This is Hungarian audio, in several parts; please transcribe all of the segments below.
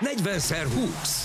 40x20.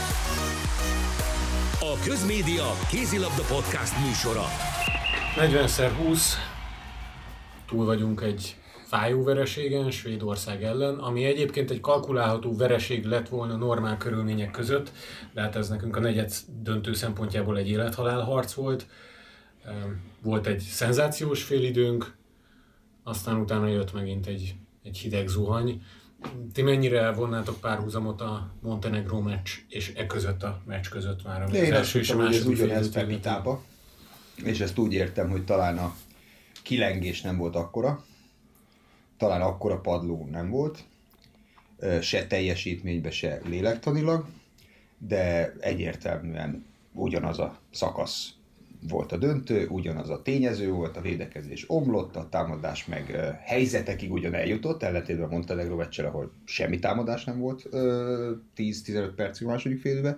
A Közmédia kézilabda podcast műsora. 40x20. Túl vagyunk egy fájó vereségen Svédország ellen, ami egyébként egy kalkulálható vereség lett volna normál körülmények között, de hát ez nekünk a negyed döntő szempontjából egy élethalál harc volt. Volt egy szenzációs félidőnk, aztán utána jött megint egy hideg zuhany. Ti mennyire vonnátok párhuzamot a Montenegró meccs és között a meccs között már? Én azt hittem, hogy ez ugyanez Pepitába, és ezt úgy értem, hogy talán a kilengés nem volt akkora, talán akkora padló nem volt, se teljesítményben, se lélektanilag, de egyértelműen ugyanaz a szakasz volt a döntő, ugyanaz a tényező volt, a védekezés omlott, a támadás meg helyzetekig ugyan eljutott, ellentétben a Montenegro meccsel, ahol semmi támadás nem volt 10-15 percig a második félidőben.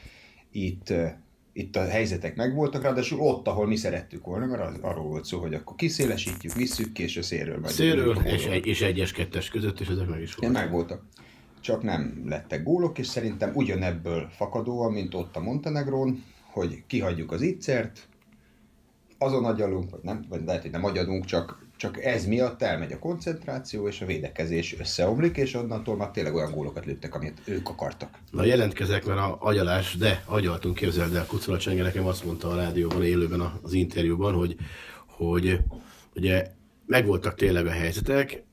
Itt a helyzetek megvoltak, ráadásul ott, ahol mi szerettük volna, mert arról volt szó, hogy akkor kiszélesítjük, visszük ki, és a szélről majd... Szélről és egyes-kettes között, és ezek meg is voltak. Megvoltak. Csak nem lettek gólok, és szerintem ugyanebből fakadóan, mint ott a Montenegrón, hogy kihagyjuk az ittszert, azon agyalunk, vagy lehet, hogy nem agyalunk, csak ez miatt elmegy a koncentráció, és a védekezés összeomlik, és onnantól már tényleg olyan gólokat lőttek, amit ők akartak. Na jelentkezek, mert a agyalás, de agyaltunk, képzeld el, Kucola Csenge nekem azt mondta a rádióban, élőben az interjúban, hogy ugye megvoltak tényleg a helyzetek,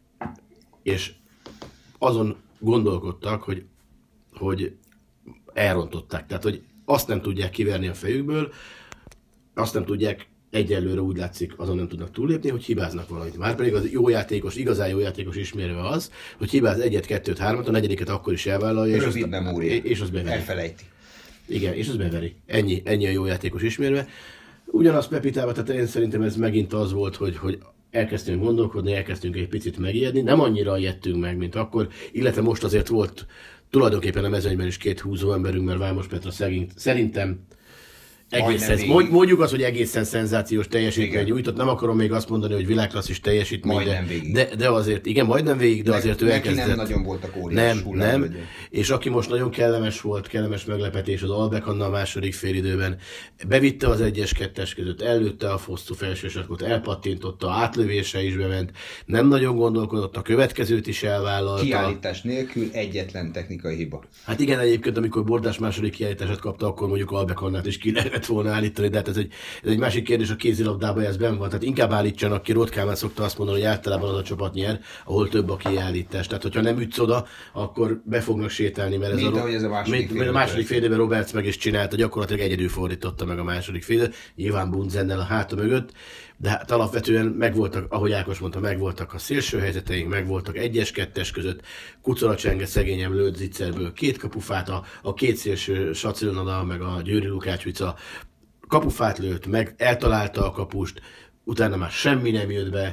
és azon gondolkodtak, hogy elrontották. Tehát, hogy azt nem tudják kiverni a fejükből, azt nem tudják, egyelőre úgy látszik, azon nem tudnak túllépni, hogy hibáznak valamit. Márpedig az jó játékos, igazán jó játékos ismérve az, hogy hibáz 1-2-3, a negyediket akkor is elvállalja, és azt beveri. Elfelejti. Igen, és azt beveri. Ennyi a jó játékos ismérve. Ugyanaz Pepitában, tehát én szerintem ez megint az volt, hogy elkezdtünk gondolkodni, elkezdtünk egy picit megijedni, nem annyira ijedtünk meg, mint akkor, illetve most azért volt tulajdonképpen a mezőnyben is két húzó emberünk, mert Vámos Petra szerintem egészen, mondjuk azt, hogy egészen szenzációs teljesítmény nyújtott. Nem akarom még azt mondani, hogy világklasszis teljesítmény, de azért, igen, majdnem végig, de azért ő elkezdett. Nem nagyon voltak óriás hullám. Nem. És aki most nagyon kellemes meglepetés, az Albek Anna a második félidőben bevitte az 1-2-es között, ellőtte a fosztó felsősarkot, elpattintotta, átlövése is bement, nem nagyon gondolkodott, a következőt is elvállalta. Kiállítás nélkül egyetlen technikai hiba. Hát igen, egyébként, amikor Bordás második kiállítását kapta, akkor mondjuk Albek Annát is ki lehetett volna állítani, de hát ez egy másik kérdés, a kézilabdában ez benn van. Tehát inkább állítsanak ki, Rotkán szokta azt mondani, hogy általában az a csapat nyer, ahol több a kiállítás. Tehát, hogyha nem ütsz oda, akkor be fognak sétálni, mert ez a második félidőben Roberts meg is csinálta, gyakorlatilag egyedül fordította meg a második félidőt, nyilván Bunzennel a háta mögött, de hát alapvetően megvoltak, ahogy Ákos mondta, megvoltak a szélső helyzeteink, megvoltak 1-2-es között, Kucola Csenge szegényem lőtt zicserből két kapufát, a két szélső Sacilnada, meg a Győri Lukács-Vica kapufát lőtt, meg eltalálta a kapust, utána már semmi nem jött be,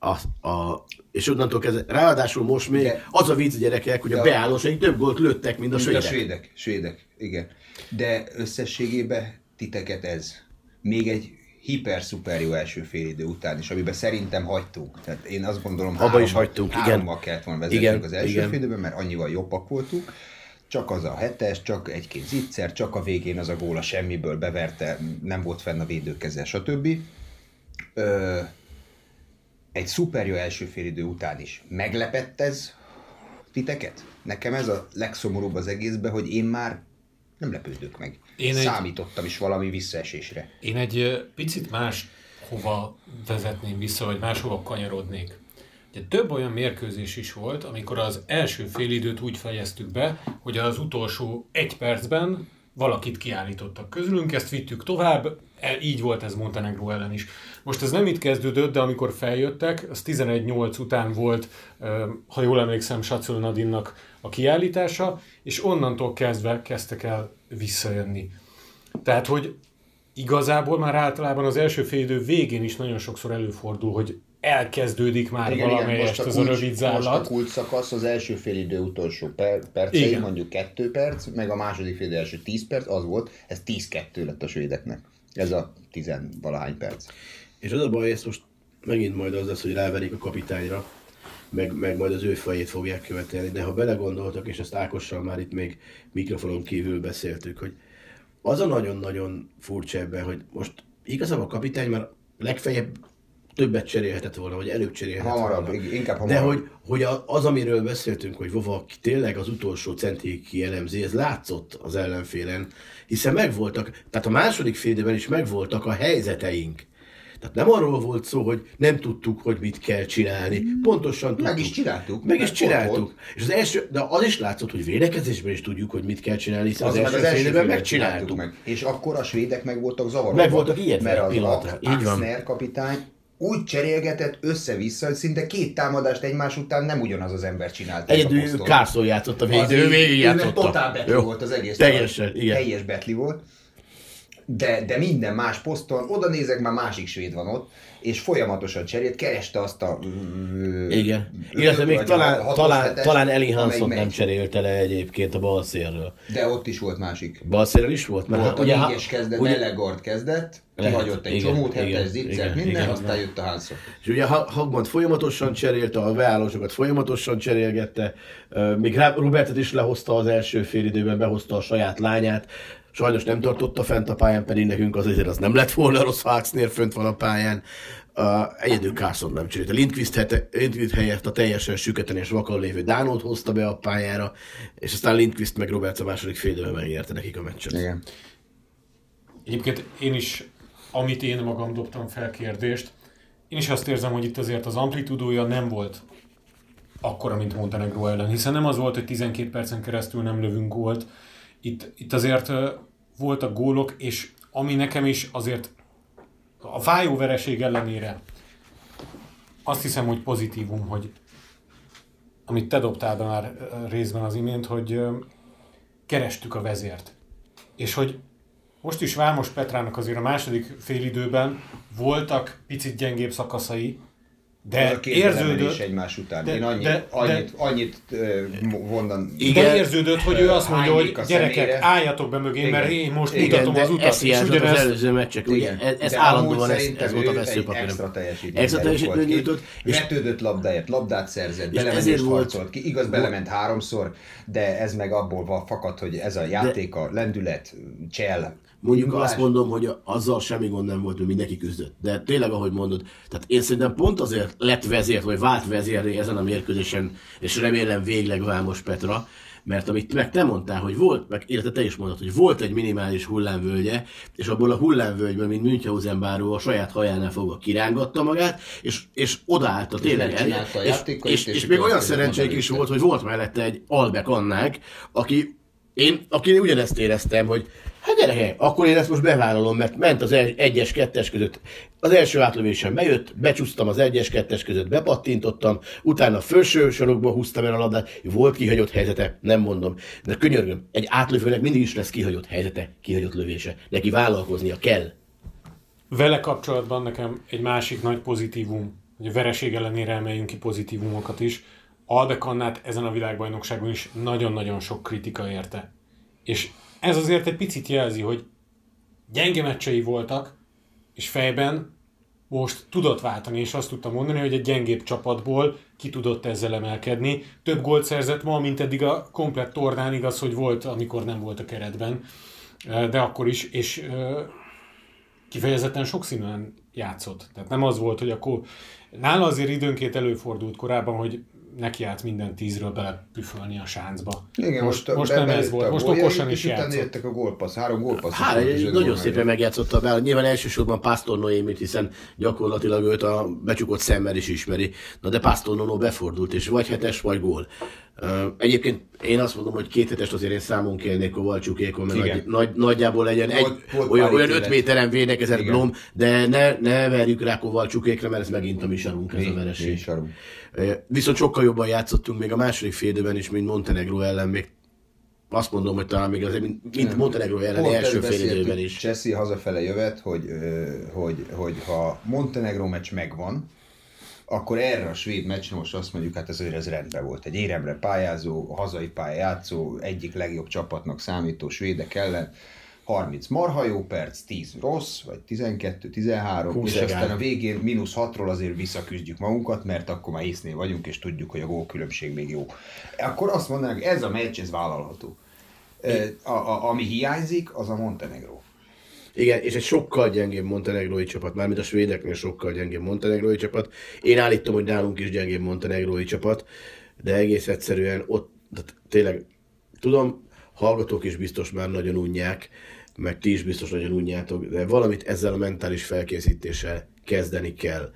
és onnantól kezdve, ráadásul most még az a vicc, gyerekek, hogy a beállósaink több gólt lőttek, mint a svédek. Svédek, igen. De összességében titeket ez még egy hiper-szuper jó első félidő után is, amiben szerintem hagytunk. Tehát én azt gondolom, hárommal kellett volna vezetnünk az első félidőben, mert annyival jobbak voltunk. Csak az a 7-es, csak egy-két zicser, csak a végén az a gól a semmiből beverte, nem volt fenn a védőkeze, stb. Egy szuper jó első félidő után is meglepett ez titeket? Nekem ez a legszomorúbb az egészben, hogy én már nem lepődök meg. Számítottam is valami visszaesésre. Én egy picit máshova vezetném vissza, vagy máshova kanyarodnék. Ugye több olyan mérkőzés is volt, amikor az első félidőt úgy fejeztük be, hogy az utolsó 1 percben valakit kiállítottak közülünk, ezt vittük tovább, így volt ez Montenegró ellen is. Most ez nem itt kezdődött, de amikor feljöttek, az 11-8 után volt, ha jól emlékszem, Sacilnadinnak a kiállítása, és onnantól kezdve kezdtek el visszajönni. Tehát, hogy igazából már általában az első félidő végén is nagyon sokszor előfordul, hogy elkezdődik már valamelyest ez a rövid zárlat. Most a kult szakasz az első félidő utolsó percei, mondjuk 2 perc, meg a második félidő első 10 perc, az volt, ez 10-2 lett a svédeknek. Ez a 10-valahány perc. És az a baj, ez most megint majd az lesz, hogy ráverik a kapitányra, meg majd az ő fejét fogják követelni. De ha belegondoltak, és ezt Ákossal már itt még mikrofonon kívül beszéltük, hogy az a nagyon-nagyon furcsa ebben, hogy most igazából a kapitány már legfeljebb többet cserélhetett volna, vagy előbb cserélhetett volna. Inkább hamarabb. De hogy az, amiről beszéltünk, hogy Vova tényleg az utolsó centig kielemzi, ez látszott az ellenfélen, hiszen megvoltak, tehát a második félidőben is megvoltak a helyzeteink. Tehát nem arról volt szó, hogy nem tudtuk, hogy mit kell csinálni. Pontosan tudtuk. Meg is csináltuk. És az első, de az is látszott, hogy védekezésben is tudjuk, hogy mit kell csinálni, hiszen az első félidőben megcsináltuk. Meg. És akkor a svédek meg voltak zavarodva. Meg voltak ilyet, mert az Axner kapitány úgy cserélgetett össze-vissza, hogy szinte 2 támadást egymás után nem ugyanaz az ember csinálta. Egyedül Carson játszott a végig játszott. Totál betli volt az egész. Teljesen, igen. Teljes betli volt. De minden más poszton, oda nézek, már másik svéd van ott, és folyamatosan cserélt, kereste azt a... Igen. Illetve még talán Eli Hansson nem cserélte le egyébként a bal szélről. De ott is volt másik. Bal szélről is volt? Mert a négyes kezdett, Ellegard kezdett, kihagyott egy csomót, hetes zicsert, minden, aztán jött a Hansson. És ugye Hagmant folyamatosan cserélte, a beállósokat folyamatosan cserélgette, még Robertet is lehozta az első félidőben, behozta a saját lányát. Sajnos nem tartotta fent a pályán, pedig nekünk azért az nem lett volna rossz, ha Axner fönt van a pályán. Egyedül Carson nem cserélte. Lindqvist helyett a teljesen süketen és vakon lévő Dánót hozta be a pályára, és aztán Lindqvist meg Roberts a második félidőben megnyerte nekik a meccset. Igen. Egyébként én is, amit én magam dobtam fel kérdést, én is azt érzem, hogy itt azért az amplitudója nem volt akkora, mint Montenegro ellen, hiszen nem az volt, hogy 12 percen keresztül nem lövünk gólt. Itt azért voltak gólok, és ami nekem is azért a fájó vereség ellenére azt hiszem, hogy pozitívum, hogy amit te dobtál be már részben az imént, hogy kerestük a vezért. És hogy most is Vámos Petrának azért a második félidőben voltak picit gyengébb szakaszai, de érződött egymás után. Én annyit mondan. De érződött, hogy ő azt mondja, hogy gyerekek, álljatok be mögé, mert én most mutatom az utat. Ez hiányzott az előző meccsek, ugye? Ez állandóan ez volt a veszőpapír. Extra teljesítmény nyújtott. Vetődött labdáért, labdát szerzett, belemenést harcolt ki. Igaz, belement 3-szor, de ez meg abból fakad, hogy ez a játék, a lendület, csel. Mondjuk azt mondom, hogy azzal semmi gond nem volt, hogy mindenki küzdött. De tényleg, ahogy mondod, tehát én szerintem pont azért lett vezért, vagy vált vezérré ezen a mérkőzésen, és remélem végleg Vámos Petra, mert amit meg te mondtál, hogy volt, illetve te is mondtad, hogy volt egy minimális hullámvölgye, és abból a hullámvölgyből, mint Münchhausen báró, a saját hajánál fogva kirángatta magát, és odaállt a tényleg el, és még olyan szerencsék is volt, hogy volt mellette egy Albek Annák, aki ugyanezt éreztem, hogy hát gyerekek, akkor én ezt most bevállalom, mert ment az 1-es, 2-es között. Az első átlövésen bejött, becsúsztam az 1-es, 2-es között, bepattintottam, utána a felső sorokba húztam el a labdát, volt kihagyott helyzete, nem mondom. De könyörgöm, egy átlövőnek mindig is lesz kihagyott helyzete, kihagyott lövése. Neki vállalkoznia kell. Vele kapcsolatban nekem egy másik nagy pozitívum, hogy a vereség ellenére emeljünk ki pozitívumokat is. Albek Annát ezen a világbajnokságon is nagyon-nagyon sok kritika érte. És ez azért egy picit jelzi, hogy gyenge meccsei voltak, és fejben most tudott váltani, és azt tudta mondani, hogy egy gyengébb csapatból ki tudott ezzel emelkedni. Több gólt szerzett ma, mint eddig a komplett tornán, igaz, hogy volt, amikor nem volt a keretben, de akkor is, és kifejezetten sokszínűen játszott. Tehát nem az volt, hogy akkor nála azért időnként előfordult korábban, hogy neki állt minden 10-ről belepüfölni a sáncba. Igen, most nem ez volt, most okosan is játszott. Utána jöttek a gólpassz, 3 gólpassz. Nagyon szépen megjátszotta be, nyilván elsősorban Pásztor Noémit, hiszen gyakorlatilag őt a becsukott szemmel is ismeri. Na de Pásztor Nono befordult, és vagy hetes, vagy gól. Egyébként én azt mondom, hogy 2 hetest azért én számon kérnék Kovalcsukékon, mert nagyjából legyen olyan 5 méteren védekezett Blom, de ne verjük rá Kovalcsukékre, mert ez megint a mi sarunk, ez a vereség. Viszont sokkal jobban játszottunk még a második félidőben is, mint Montenegro ellen, még azt mondom, hogy talán még azért, mint Montenegro ellen első félidőben is. Cseszi hazafele jövet, hogy ha Montenegro meccs megvan, akkor erre a svéd meccsre most azt mondjuk, hát ez rendben volt. Egy éremre pályázó, hazai pályán játszó, egyik legjobb csapatnak számító svédek ellen, 30 marha jó perc, 10 rossz, vagy 12, 13, és aztán a végén -6-ról azért visszaküzdjük magunkat, mert akkor már észnél vagyunk, és tudjuk, hogy a gólkülönbség még jó. Akkor azt mondanánk, ez a meccs, ez vállalható. Ami hiányzik, az a Montenegro. Igen, és egy sokkal gyengébb montenegrói csapat, mármint a svédeknél sokkal gyengébb montenegrói csapat. Én állítom, hogy nálunk is gyengébb montenegrói csapat, de egész egyszerűen ott, tényleg, tudom, hallgatók is biztos már nagyon unják, meg ti is biztos nagyon unjátok, de valamit ezzel a mentális felkészítéssel kezdeni kell.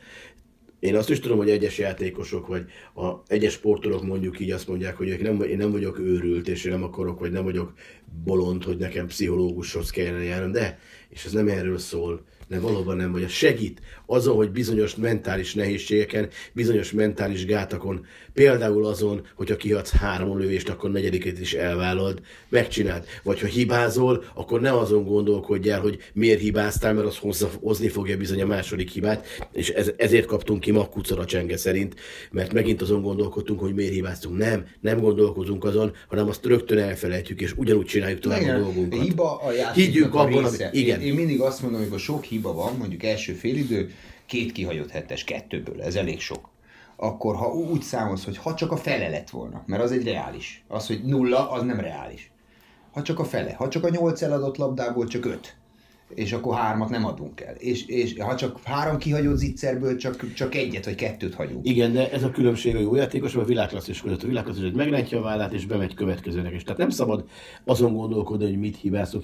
Én azt is tudom, hogy egyes játékosok, vagy egyes sportolók mondjuk így azt mondják, hogy én nem vagyok őrült, és én nem akarok, vagy nem vagyok bolond, hogy nekem pszichológushoz kellene járnom, de, és ez nem erről szól, de valóban nem vagy. Ez segít azon, hogy bizonyos mentális nehézségeken, bizonyos mentális gátakon, például azon, hogyha kiadsz 3 lövést, akkor 4-et is elvállald, megcsináld. Vagy ha hibázol, akkor ne azon gondolkodjál, hogy miért hibáztál, mert az hozni fogja bizony a második hibát, és ezért kaptunk ki ma kucora csenge szerint, mert megint azon gondolkodtunk, hogy miért hibáztunk. Nem gondolkozunk azon, hanem azt rögtön elfelejtjük, és ugyanúgy csináljuk tovább a dolgunkat. Hiba a játéknak a része. Igen. Én mindig azt mondom, hogy sok hiba van, mondjuk első félidő, 2 kihagyott 7-es, 2-ből, ez elég sok. Akkor ha úgy számolsz, hogy ha csak a fele lett volna, mert az egy reális. Az, hogy 0, az nem reális. Ha csak a fele, ha csak a 8 eladott labdából csak 5, és akkor 3-at nem adunk el. És ha csak 3 kihagyott zicserből csak 1-et vagy 2-t hagyunk. Igen, de ez a különbség a jó játékos, a világklasszis között. A világklasszis, hogy megrántja a vállát és bemegy következőnek is. Tehát nem szabad azon gondolkodni, hogy mit hibázok.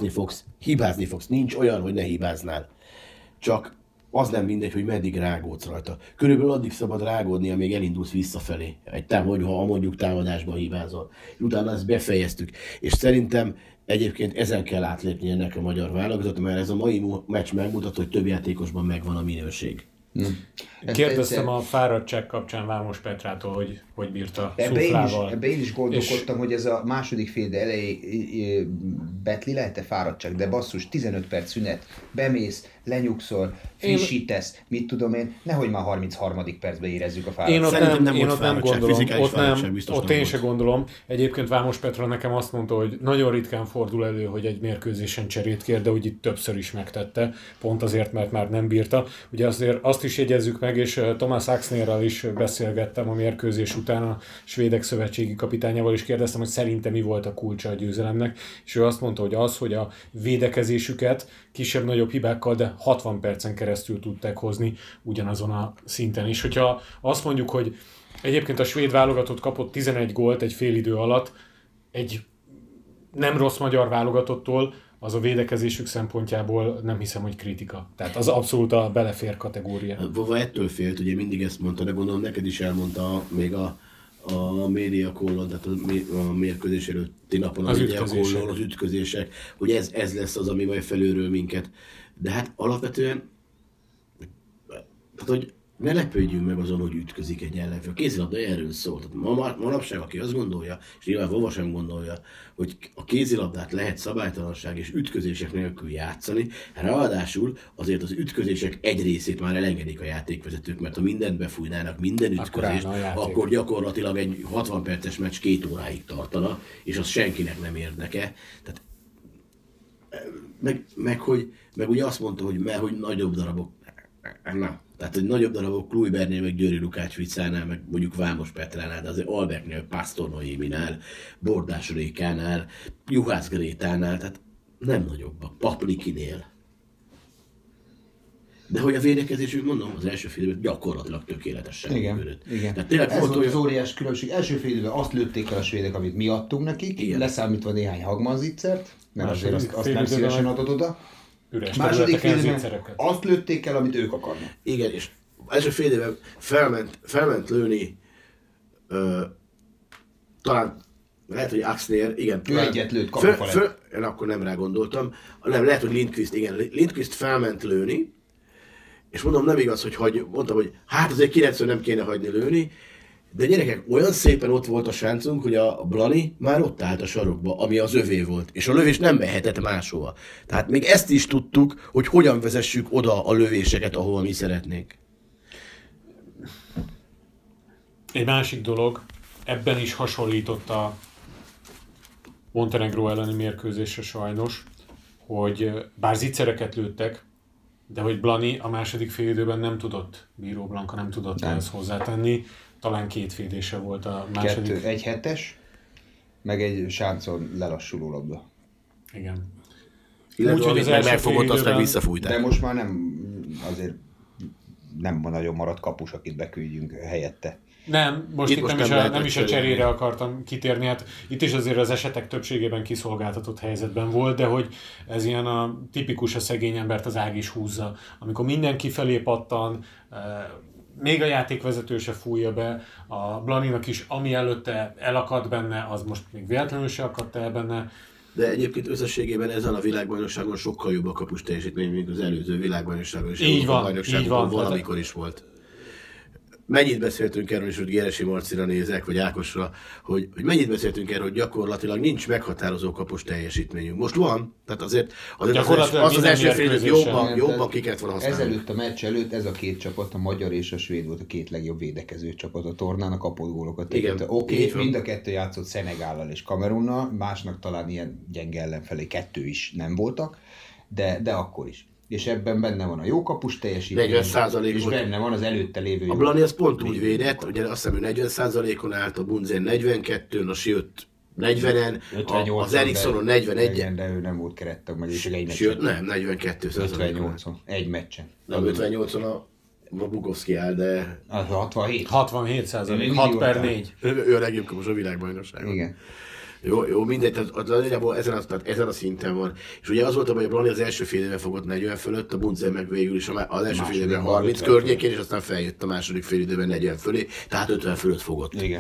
Hibázni fogsz. Nincs olyan, hogy ne hibáznál. Csak az nem mindegy, hogy meddig rágódsz rajta. Körülbelül addig szabad rágódni, amíg elindulsz visszafelé. Ha mondjuk támadásban hibázol. Utána ezt befejeztük. És szerintem egyébként ezen kell átlépni ennek a magyar válogatott, mert ez a mai meccs megmutat, hogy több játékosban megvan a minőség. Kérdeztem a fáradtság kapcsán Vámos Petrától, hogy bírta Szuflával. Ebbe én is gondolkodtam, hogy ez a második fél elejé betli lehet-e fáradtság, de basszus, 15 perc szünet, bemész, lenyugszol, frissítesz, mit tudom én, nehogy már 33. percben érezzük a fáradtságot. Én ott nem gondolom, ott én se gondolom. Egyébként Vámos Petra nekem azt mondta, hogy nagyon ritkán fordul elő, hogy egy mérkőzésen cserét kér, de úgy itt többször is megtette, pont azért, mert már nem bírta. Ugye azért azt is jegyezzük meg, és Thomas Axnérral is beszélgettem a mérkőzés után, a svédek szövetségi kapitányával is kérdeztem, hogy szerintem mi volt a kulcsa a győzelemnek, és ő azt mondta, hogy a védekezésüket kisebb-nagyobb hibákkal, de 60 percen keresztül tudták hozni ugyanazon a szinten is. Hogyha azt mondjuk, hogy egyébként a svéd válogatott kapott 11 gólt egy fél idő alatt, egy nem rossz magyar válogatottól, az a védekezésük szempontjából nem hiszem, hogy kritika. Tehát az abszolút a belefér kategória. Vova ettől félt, ugye mindig ezt mondta, de gondolom neked is elmondta még a média call-on, tehát a mérkőzés előtti napon az ütközések, hogy ez lesz az, ami majd felülről minket. De hát alapvetően, tehát hogy ne lepődjünk meg azon, hogy ütközik egy ellenfél. A kézilabda erről szól. Tehát manapság, aki azt gondolja, és nyilván Vova sem gondolja, hogy a kézilabdát lehet szabálytalanság és ütközések nélkül játszani, ráadásul azért az ütközések egy részét már elengedik a játékvezetők, mert ha mindent befújnának, minden ütközést, akkor gyakorlatilag egy 60 perces meccs 2 óráig tartana, és az senkinek nem érdeke. Tehát, meg ugye azt mondta, hogy nagyobb darabok. Na. Tehát, hogy nagyobb darabok Kluibernél, meg Győri Lukács Vicánál, meg mondjuk Vámos Petránál, de azért Albertnél, Pásztor Noéminál, Bordás Rékánál, Juhász Grétánál, tehát nem nagyobbak, Paplikinél. De hogy a védekezésük, mondom, az első fél időben gyakorlatilag tökéletesen működött. Igen. Tehát tényleg ez volt az óriás különbség. Első fél időben azt lőtték el a svédek, amit mi adtunk nekik, igen, leszámítva néhány Hagman-zicsert, mert azért azt nem szívesen adott oda. Második fél időben azt lőtték el, amit ők akarnak. Igen, és első fél időben felment lőni, talán lehet, hogy Axnér, igen. Ő egyet lőtt kapufa. Én akkor nem rá gondoltam. Nem, lehet, hogy Lindqvist, igen. Lindqvist felment lőni, és mondom, nem igaz, hogy mondtam, hogy hát azért 90 nem kéne hagyni lőni, de gyerekek, olyan szépen ott volt a sáncunk, hogy a Blani már ott állt a sarokba, ami az övé volt, és a lövés nem mehetett máshova. Tehát még ezt is tudtuk, hogy hogyan vezessük oda a lövéseket, ahol mi szeretnénk. Egy másik dolog, ebben is hasonlított a Montenegro elleni mérkőzésre sajnos, hogy bár zicsereket lőttek, de hogy Blani a második félidőben nem tudott, Bíró Blanka nem tudott ehhez hozzátenni, talán 2 védése volt a második. 1 hetes, meg egy sáncon lelassuló labda. Igen. Illetve amit megfogott, azt meg visszafújták. De most már nem, azért nem nagyon maradt kapus, akit beküldjünk helyette. Nem, most itt nem is a cserére akartam kitérni, hát itt is azért az esetek többségében kiszolgáltatott helyzetben volt, de hogy ez ilyen a tipikus a szegény embert az ág is húzza. Amikor mindenki felé pattan, még a játékvezető se fújja be, a Blaninak is, ami előtte elakadt benne, az most még véletlenül se akadt el benne. De egyébként összességében ezen a világbajnokságon sokkal jobb a kapus teljesítmény, mint az előző világbajnokságon és így van, bajnokságon valamikor is volt. Mennyit beszéltünk erről, és hogy Geresi Marcira nézek, vagy Ákosra, hogy mennyit beszéltünk erről, hogy gyakorlatilag nincs meghatározó kapus teljesítményünk. Most van, tehát azért az első fél jobban ki kellett volna használni. Ezelőtt a meccs előtt ez a 2 csapat, a magyar és a svéd volt a 2 legjobb védekező csapat a tornán, a kapott gólokat. Oké, mind a 2 játszott Szenegállal és Kamerunnal, másnak talán ilyen gyenge ellenfelé 2 is nem voltak, de akkor is. És ebben benne van a jó kapus teljesítmény, és benne van az előtte lévő. A Blani az pont úgy védett, ugye azt hiszem, hogy 40%-on állt, a Bunzen 42-n, a Siut 40-en, az Erikssonon 41-en. De ő nem volt kerettag, meg csak egy meccsen. Siut nem, 42%-on. 58-on, egy meccsen. Nem, 58-on a Bukovszki áll, de... 67. 67%, 6/4. Ő a legjobb kapus a világbajnokságon. Igen. Jó, mindegy, tehát ezen a szinten van. És ugye az volt, hogy a Blani az első fél éve fogott 40 fölött, a Bunzen meg végül is az első fél évben 30 környékén, és aztán feljött a második fél időben 40 fölé, tehát 50 fölött fogott. Igen.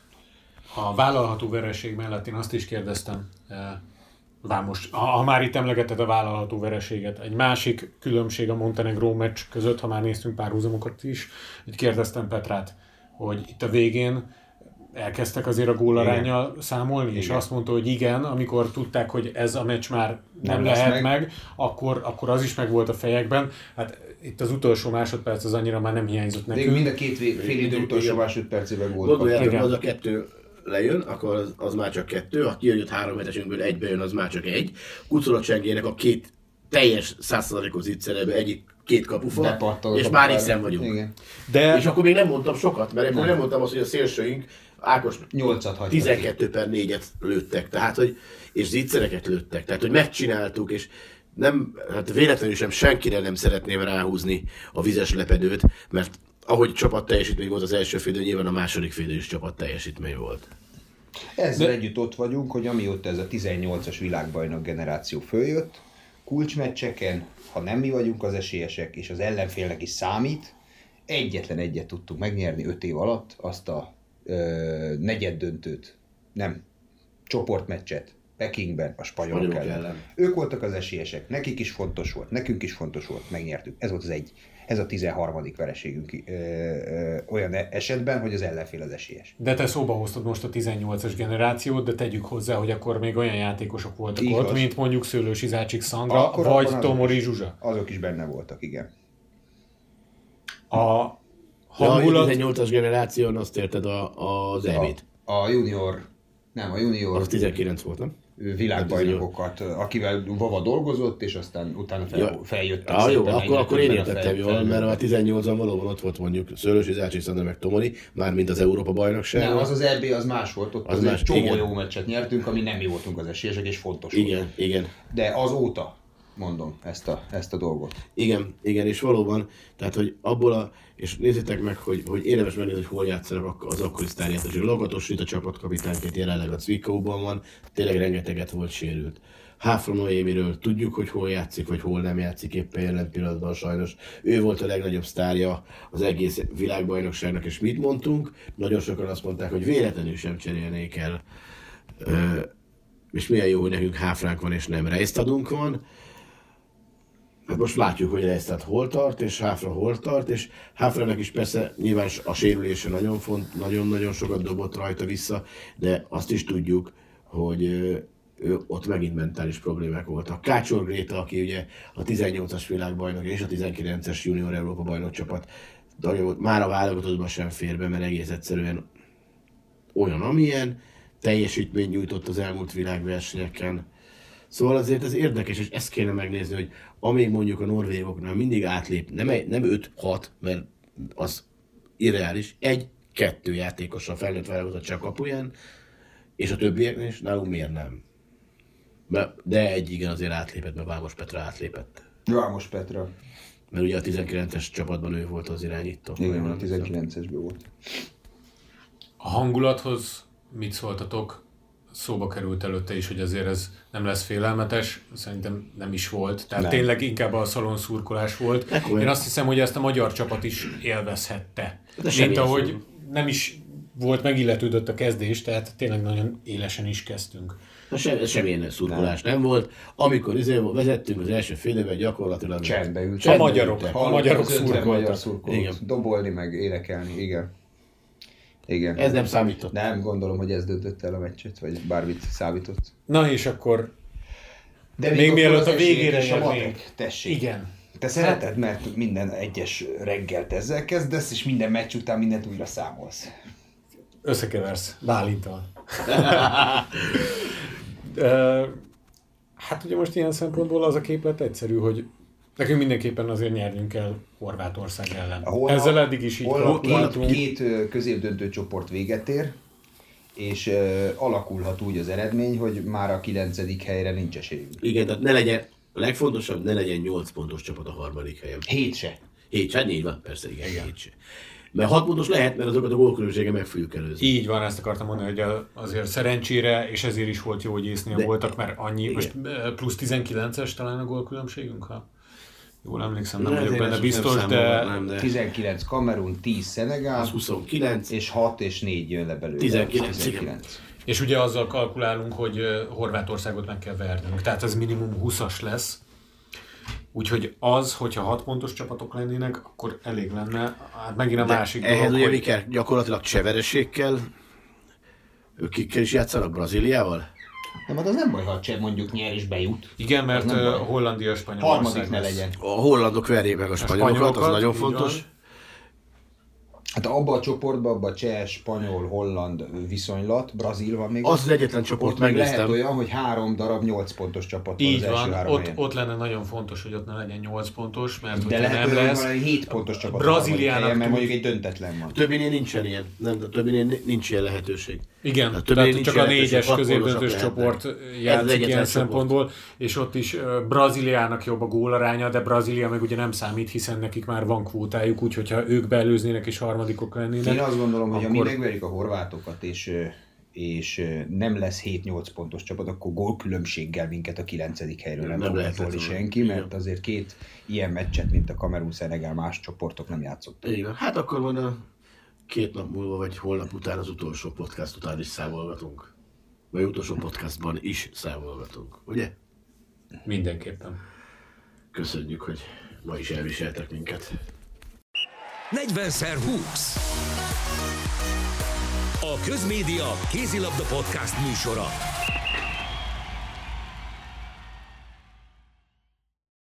A vállalható vereség mellett én azt is kérdeztem, most, ha már itt emlegetted a vállalható vereséget, egy másik különbség a Montenegró meccs között, ha már néztünk párhuzamokat is, hogy kérdeztem Petrát, hogy itt a végén elkezdtek azért a gólaránnyal számolni, és azt mondta, hogy igen, amikor tudták, hogy ez a meccs már nem lehet meg, akkor az is meg volt a fejekben. Hát itt az utolsó másodperc az annyira már nem hiányzott nekünk. Mind a 2 fél idő utolsó másodpercében volt. Gondoljátok, az a 2 lejön, akkor az már csak 2, ha kijött 3 hetesünkből 1 jön, az már csak 1. Kucola Csengének a 2 teljes 100%-os zicserebe egyik 2 kapufa, és már hiszen vagyunk. Igen. És akkor még nem mondtam sokat, mert akkor nem mondtam azt, hogy a szélsőink Ákos 12/4-et lőttek, tehát hogy, és zicsereket lőttek, tehát hogy megcsináltuk, és nem, hát véletlenül sem senkire nem szeretném ráhúzni a vizes lepedőt, mert ahogy csapat teljesítmény volt az első félidő, nyilván a második félidő is csapat teljesítmény volt. Ezzel együtt ott vagyunk, hogy amióta ez a 18-as világbajnok generáció följött, kulcsmeccseken, ha nem mi vagyunk az esélyesek, és az ellenfélnek is számít, egyetlen egyet tudtuk megnyerni 5 év alatt, azt a negyeddöntőt, nem, csoportmeccset Pekingben a spanyolok ellen. Ők voltak az esélyesek, nekik is fontos volt, nekünk is fontos volt, megnyertük. Ez volt ez a 13. vereségünk olyan esetben, hogy az ellenfél az esélyes. De te szóba hoztad most a 18-as generációt, de tegyük hozzá, hogy akkor még olyan játékosok voltak ott, mint mondjuk Szőlősi Zácsik Szandra, vagy Tomori Zsuzsa. Azok is benne voltak, igen. A 18-as generáción azt érted az EB-t. A junior. Az 19 volt, nem? Világbajnokokat, akivel Vava dolgozott, és aztán utána feljöttek. Jó, akkor én értettem jól, mert a 18-an valóban ott volt mondjuk Szőlősi Zácsik Szandra meg Tomori, mármint az Európa-bajnokság. Nem, az EB az más volt, ott az egy csomó jó meccset nyertünk, ami nem mi voltunk az esélyesek, és fontos volt. Igen. De azóta mondom ezt a dolgot. Igen, és valóban, tehát hogy abból és nézzétek meg, hogy érdemes megnézni, hogy hol játszanak az akkori sztárjátékosok. Lakatos Rita csapatkapitányként jelenleg a Cvikóban van, tényleg rengeteget volt sérült. Háfra Noémiről tudjuk, hogy hol játszik, vagy hol nem játszik éppen jelen pillanatban sajnos. Ő volt a legnagyobb sztárja az egész világbajnokságnak, és mit mondtunk? Nagyon sokan azt mondták, hogy véletlenül sem cserélnék el. És milyen jó, hogy nekünk Háfránk van, és nem Reisztadunk van. Hát most látjuk, hogy Reisztad hol tart, és Háfra hol tart, és Háfrának is persze nyilván a sérülése nagyon-nagyon sokat dobott rajta vissza, de azt is tudjuk, hogy ott megint mentális problémák voltak. Kácsor Gréta, aki ugye a 18-as világbajnok és a 19-es junior Európa bajnok csapat, már a válogatottban sem fér be, mert egész egyszerűen olyan, amilyen teljesítményt nyújtott az elmúlt világversenyeken. Szóval azért ez érdekes, és ezt kéne megnézni, hogy amíg mondjuk a norvégoknál mindig átlép, nem 5-6, mert az irreális, 1-2 játékosan felnőtt válogatottság kapuján, és a többieknél is nálunk miért nem? De egy igen azért átlépett, mert Vámos Petra átlépett. Vámos Petra. Mert ugye a 19-es csapatban ő volt az irányító. Igen, a 19-esből volt. A hangulathoz mit szóltatok? Szóba került előtte is, hogy azért ez nem lesz félelmetes, szerintem nem is volt. Tehát tényleg inkább a szalonszurkolás volt. Én azt hiszem, hogy ezt a magyar csapat is élvezhette. Mint ahogy nem is volt megilletődött a kezdés, tehát tényleg nagyon élesen is kezdtünk. Semmilyen szurkolás nem volt. Amikor vezettünk az első fél évben, gyakorlatilag csendbe ült. A magyarok szurkoltak. Dobolni, meg énekelni, igen. Igen. Ez nem számított. Nem, gondolom, hogy ez döntött el a meccset, vagy bármit számított. Na és akkor de még mielőtt a végére érnénk. Tessék. Igen. Te szereted, mert minden egyes reggelt ezzel kezdesz, és minden meccs után mindent újra számolsz. Összekeversz Bálinttal. Hát ugye most ilyen szempontból az a képlet egyszerű, hogy nekünk mindenképpen azért nyernünk kell Horvátország ellen. Ezzel eddig is így kalkuláltunk. Két középdöntő csoport véget ér, és alakulhat úgy az eredmény, hogy már a 9. helyre nincs esélyünk. Igen, tehát ne legyen, a legfontosabb, ne legyen 8 pontos csapat a 3. helyen. 7 se. 7 se, 4 van, persze, igen, 7 se. Mert 6 pontos lehet, mert azokat a gólkülönbséget meg fogjuk előzni. Így van, ezt akartam mondani, hogy azért szerencsére, és ezért is volt jó, hogy észnél voltak, mert annyi, igen. Most plusz 19-es talán a gólkülönbségünk, ha jól emlékszem, nem vagyok benne biztos, de... 19 Kamerun, 10 Szenegál, az 29, és 6 és 4 jön le belőle. 19. És ugye azzal kalkulálunk, hogy Horvátországot meg kell vernünk, tehát ez minimum 20-as lesz. Úgyhogy az, hogyha 6 pontos csapatok lennének, akkor elég lenne. Hát megint a másik dolog, ehhez ugye mi kell? Gyakorlatilag cseverességkel, ők kikkel is játszanak, Brazíliával? Nem, hát az nem baj, ha mondjuk nyer és bejut. Igen, mert Hollandia, Spanyolország harmadik ne legyen. A hollandok verjék meg a spanyolokat, az nagyon fontos. Hát abban a csoportban, abban cseh, spanyol, holland viszonylat, brazil van még. Az egyetlen csoport, megnéztem. Lehet olyan, hogy 3 darab 8 pontos csapat van az első 3 helyen. Ott lenne nagyon fontos, hogy ott ne legyen 8 pontos, mert de lehet, nem lesz. 7 pontos csapat Brazíliának, mert mondjuk egy döntetlen van. A többinél nincsen ilyen. Nem, a többinél nincs ilyen lehetőség. Igen, tehát csak a 4-es középdöntős csoport játszik ilyen szempontból, és ott is Brazíliának jobb a gólaránya, de Brazília meg ugye nem számít, hiszen nekik már van kvótájuk, úgyhogy ha ők beelőznének és harmadikok lennének. Én azt gondolom, hogy ha mi megverjük a horvátokat, és nem lesz 7-8 pontos csapat, akkor gólkülönbséggel minket a 9. helyről nem fog tolni senki, mert azért 2 ilyen meccset, mint a Kamerun-Szenegál más csoportok nem játszottak. Igen, hát akkor van a 2 nap múlva, vagy holnap után az utolsó podcast után is számolgatunk. Vagy utolsó podcastban is számolgatunk, ugye? Mindenképpen. Köszönjük, hogy ma is elviseltek minket. 40x20 A Közmédia kézilabda podcast műsora.